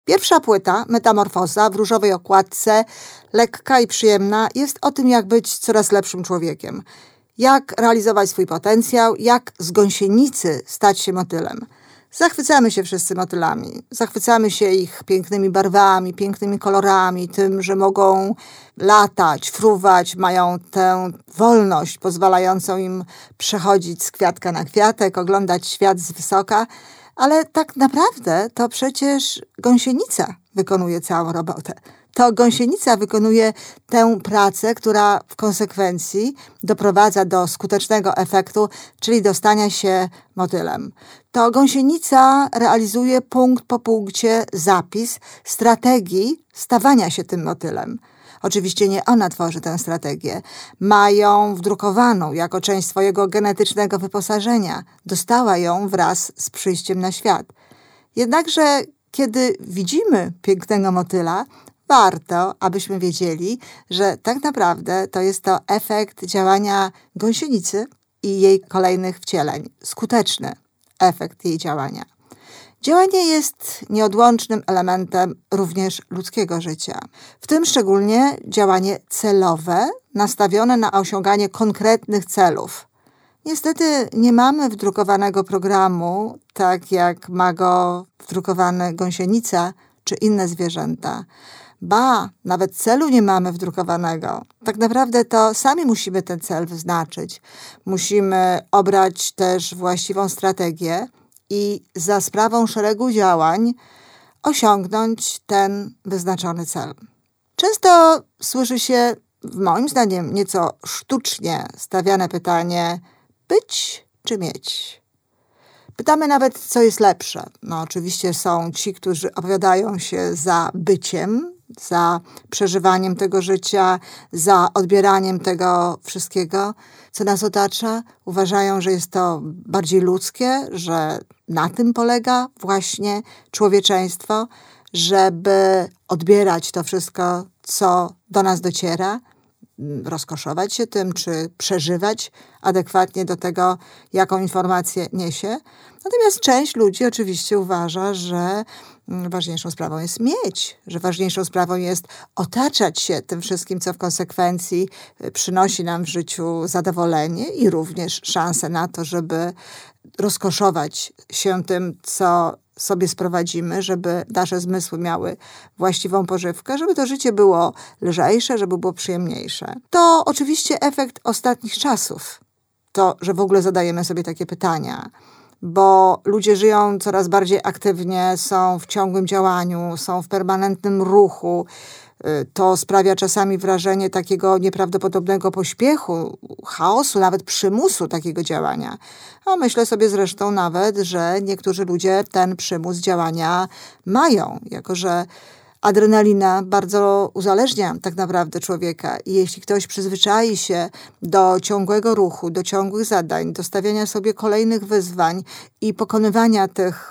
Pierwsza płyta, Metamorfoza, w różowej okładce, lekka i przyjemna, jest o tym, jak być coraz lepszym człowiekiem. Jak realizować swój potencjał, jak z gąsienicy stać się motylem. Zachwycamy się wszyscy motylami. Zachwycamy się ich pięknymi barwami, pięknymi kolorami, tym, że mogą latać, fruwać, mają tę wolność pozwalającą im przechodzić z kwiatka na kwiatek, oglądać świat z wysoka. Ale tak naprawdę to przecież gąsienica wykonuje całą robotę. To gąsienica wykonuje tę pracę, która w konsekwencji doprowadza do skutecznego efektu, czyli do stania się motylem. To gąsienica realizuje punkt po punkcie zapis strategii stawania się tym motylem. Oczywiście nie ona tworzy tę strategię. Ma ją wdrukowaną jako część swojego genetycznego wyposażenia. Dostała ją wraz z przyjściem na świat. Jednakże, kiedy widzimy pięknego motyla, warto, abyśmy wiedzieli, że tak naprawdę to jest to efekt działania gąsienicy i jej kolejnych wcieleń. Skuteczny efekt jej działania. Działanie jest nieodłącznym elementem również ludzkiego życia. W tym szczególnie działanie celowe, nastawione na osiąganie konkretnych celów. Niestety nie mamy wdrukowanego programu, tak jak ma go wdrukowany gąsienica czy inne zwierzęta. Ba, nawet celu nie mamy wdrukowanego. Tak naprawdę to sami musimy ten cel wyznaczyć. Musimy obrać też właściwą strategię i za sprawą szeregu działań osiągnąć ten wyznaczony cel. Często słyszy się, moim zdaniem nieco sztucznie stawiane pytanie: być czy mieć? Pytamy nawet, co jest lepsze. No oczywiście są ci, którzy opowiadają się za byciem, za przeżywaniem tego życia, za odbieraniem tego wszystkiego, co nas otacza. Uważają, że jest to bardziej ludzkie, że na tym polega właśnie człowieczeństwo, żeby odbierać to wszystko, co do nas dociera, rozkoszować się tym, czy przeżywać adekwatnie do tego, jaką informację niesie. Natomiast część ludzi oczywiście uważa, że ważniejszą sprawą jest mieć, że ważniejszą sprawą jest otaczać się tym wszystkim, co w konsekwencji przynosi nam w życiu zadowolenie i również szansę na to, żeby rozkoszować się tym, co sobie sprowadzimy, żeby nasze zmysły miały właściwą pożywkę, żeby to życie było lżejsze, żeby było przyjemniejsze. To oczywiście efekt ostatnich czasów. To, że w ogóle zadajemy sobie takie pytania, bo ludzie żyją coraz bardziej aktywnie, są w ciągłym działaniu, są w permanentnym ruchu. To sprawia czasami wrażenie takiego nieprawdopodobnego pośpiechu, chaosu, nawet przymusu takiego działania. A myślę sobie zresztą nawet, że niektórzy ludzie ten przymus działania mają, jako że adrenalina bardzo uzależnia tak naprawdę człowieka i jeśli ktoś przyzwyczai się do ciągłego ruchu, do ciągłych zadań, do stawiania sobie kolejnych wyzwań i pokonywania tych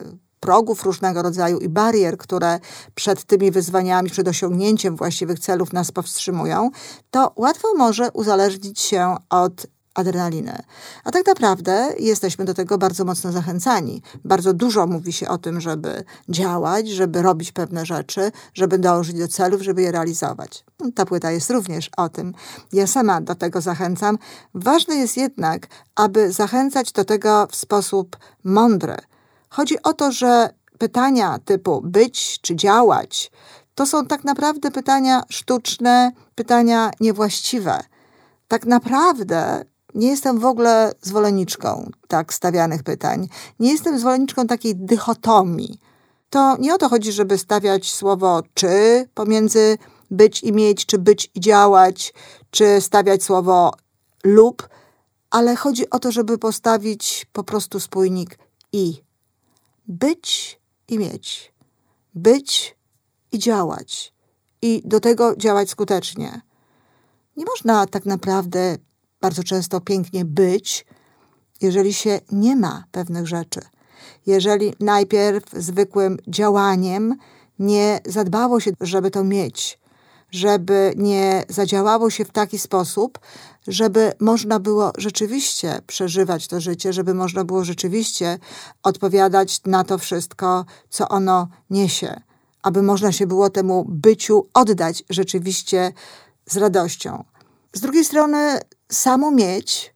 progów różnego rodzaju i barier, które przed tymi wyzwaniami, przed osiągnięciem właściwych celów nas powstrzymują, to łatwo może uzależnić się od adrenaliny. A tak naprawdę jesteśmy do tego bardzo mocno zachęcani. Bardzo dużo mówi się o tym, żeby działać, żeby robić pewne rzeczy, żeby dążyć do celów, żeby je realizować. Ta płyta jest również o tym. Ja sama do tego zachęcam. Ważne jest jednak, aby zachęcać do tego w sposób mądry. Chodzi o to, że pytania typu być czy działać, to są tak naprawdę pytania sztuczne, pytania niewłaściwe. Tak naprawdę nie jestem w ogóle zwolenniczką tak stawianych pytań. Nie jestem zwolenniczką takiej dychotomii. To nie o to chodzi, żeby stawiać słowo czy pomiędzy być i mieć, czy być i działać, czy stawiać słowo lub, ale chodzi o to, żeby postawić po prostu spójnik i. Być i mieć. Być i działać. I do tego działać skutecznie. Nie można tak naprawdę bardzo często pięknie być, jeżeli się nie ma pewnych rzeczy. Jeżeli najpierw zwykłym działaniem nie zadbało się, żeby to mieć, żeby nie zadziałało się w taki sposób, żeby można było rzeczywiście przeżywać to życie, żeby można było rzeczywiście odpowiadać na to wszystko, co ono niesie. aby można się było temu byciu oddać rzeczywiście z radością. Z drugiej strony samo mieć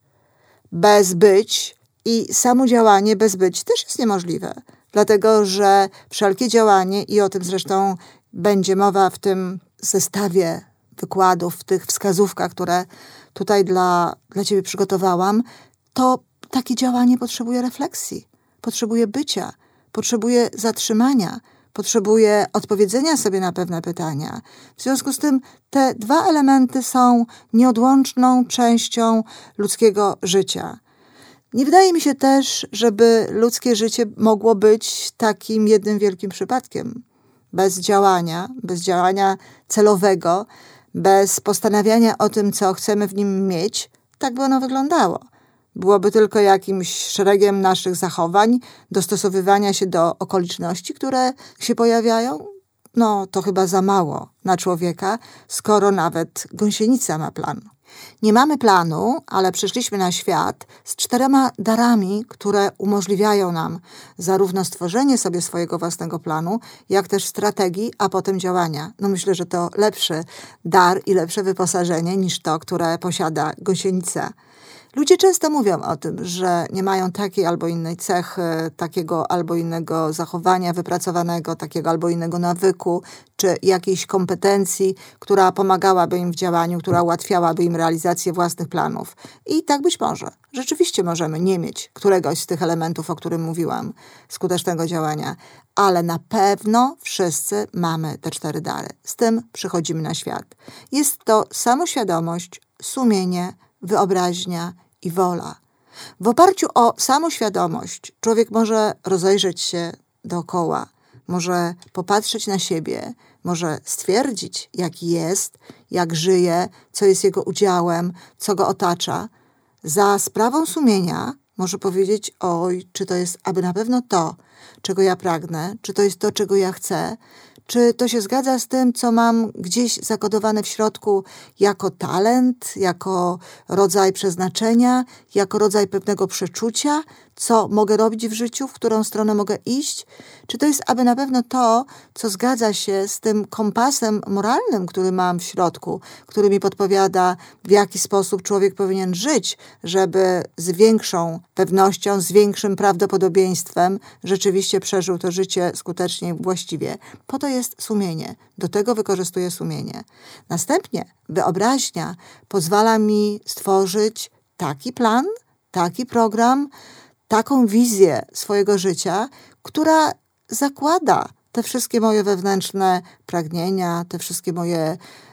bez być i samo działanie bez być też jest niemożliwe. Dlatego, że wszelkie działanie, i o tym zresztą będzie mowa w tym zestawie wykładów, w tych wskazówkach, które tutaj dla ciebie przygotowałam, to takie działanie potrzebuje refleksji, potrzebuje bycia, potrzebuje zatrzymania, potrzebuje odpowiedzenia sobie na pewne pytania. W związku z tym te dwa elementy są nieodłączną częścią ludzkiego życia. Nie wydaje mi się też, żeby ludzkie życie mogło być takim jednym wielkim przypadkiem. Bez działania celowego, bez postanawiania o tym, co chcemy w nim mieć, tak by ono wyglądało. Byłoby tylko jakimś szeregiem naszych zachowań, dostosowywania się do okoliczności, które się pojawiają. No, to chyba za mało na człowieka, skoro nawet gąsienica ma plan. Nie mamy planu, ale przyszliśmy na świat z 4 darami, które umożliwiają nam zarówno stworzenie sobie swojego własnego planu, jak też strategii, a potem działania. No myślę, że to lepszy dar i lepsze wyposażenie niż to, które posiada gąsienica. Ludzie często mówią o tym, że nie mają takiej albo innej cechy, takiego albo innego zachowania wypracowanego, takiego albo innego nawyku, czy jakiejś kompetencji, która pomagałaby im w działaniu, która ułatwiałaby im realizację własnych planów. I tak być może. Rzeczywiście możemy nie mieć któregoś z tych elementów, o którym mówiłam, skutecznego działania, ale na pewno wszyscy mamy te 4 dary. Z tym przychodzimy na świat. Jest to samoświadomość, sumienie, wyobraźnia i wola. W oparciu o samoświadomość człowiek może rozejrzeć się dookoła, może popatrzeć na siebie, może stwierdzić, jaki jest, jak żyje, co jest jego udziałem, co go otacza. Za sprawą sumienia może powiedzieć, oj, czy to jest aby na pewno to, czego ja pragnę, czy to jest to, czego ja chcę, czy to się zgadza z tym, co mam gdzieś zakodowane w środku jako talent, jako rodzaj przeznaczenia, jako rodzaj pewnego przeczucia, co mogę robić w życiu, w którą stronę mogę iść? Czy to jest aby na pewno to, co zgadza się z tym kompasem moralnym, który mam w środku, który mi podpowiada, w jaki sposób człowiek powinien żyć, żeby z większą pewnością, z większym prawdopodobieństwem rzeczywiście przeżył to życie skutecznie i właściwie. Po to jest sumienie. Do tego wykorzystuję sumienie. Następnie wyobraźnia pozwala mi stworzyć taki plan, taki program, taką wizję swojego życia, która zakłada te wszystkie moje wewnętrzne pragnienia, te wszystkie moje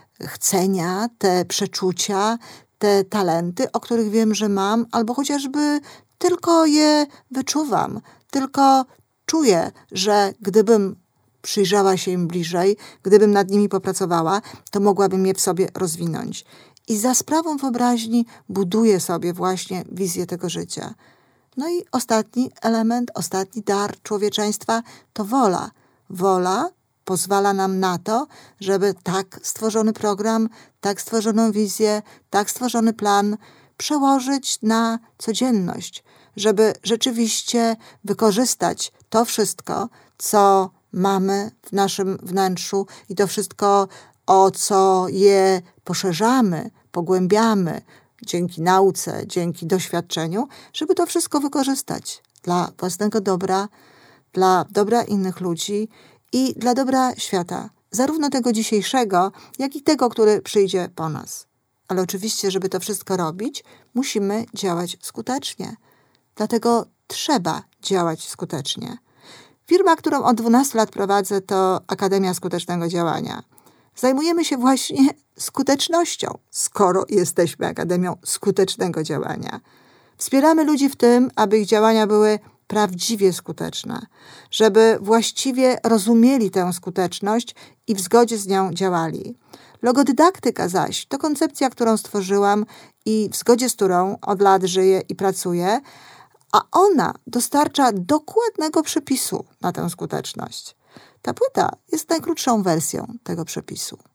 chcenia, te przeczucia, te talenty, o których wiem, że mam, albo chociażby tylko je wyczuwam, tylko czuję, że gdybym przyjrzała się im bliżej, gdybym nad nimi popracowała, to mogłabym je w sobie rozwinąć. I za sprawą wyobraźni buduję sobie właśnie wizję tego życia. No i ostatni element, ostatni dar człowieczeństwa to wola. Wola pozwala nam na to, żeby tak stworzony program, tak stworzoną wizję, tak stworzony plan przełożyć na codzienność, żeby rzeczywiście wykorzystać to wszystko, co mamy w naszym wnętrzu i to wszystko, o co je poszerzamy, pogłębiamy, dzięki nauce, dzięki doświadczeniu, żeby to wszystko wykorzystać dla własnego dobra, dla dobra innych ludzi i dla dobra świata, zarówno tego dzisiejszego, jak i tego, który przyjdzie po nas. Ale oczywiście, żeby to wszystko robić, musimy działać skutecznie. Dlatego trzeba działać skutecznie. Firma, którą od 12 lat prowadzę, to Akademia Skutecznego Działania. Zajmujemy się właśnie skutecznością, skoro jesteśmy Akademią Skutecznego Działania. Wspieramy ludzi w tym, aby ich działania były prawdziwie skuteczne, żeby właściwie rozumieli tę skuteczność i w zgodzie z nią działali. Logodydaktyka zaś to koncepcja, którą stworzyłam i w zgodzie z którą od lat żyję i pracuję, a ona dostarcza dokładnego przepisu na tę skuteczność. Ta płyta jest najkrótszą wersją tego przepisu.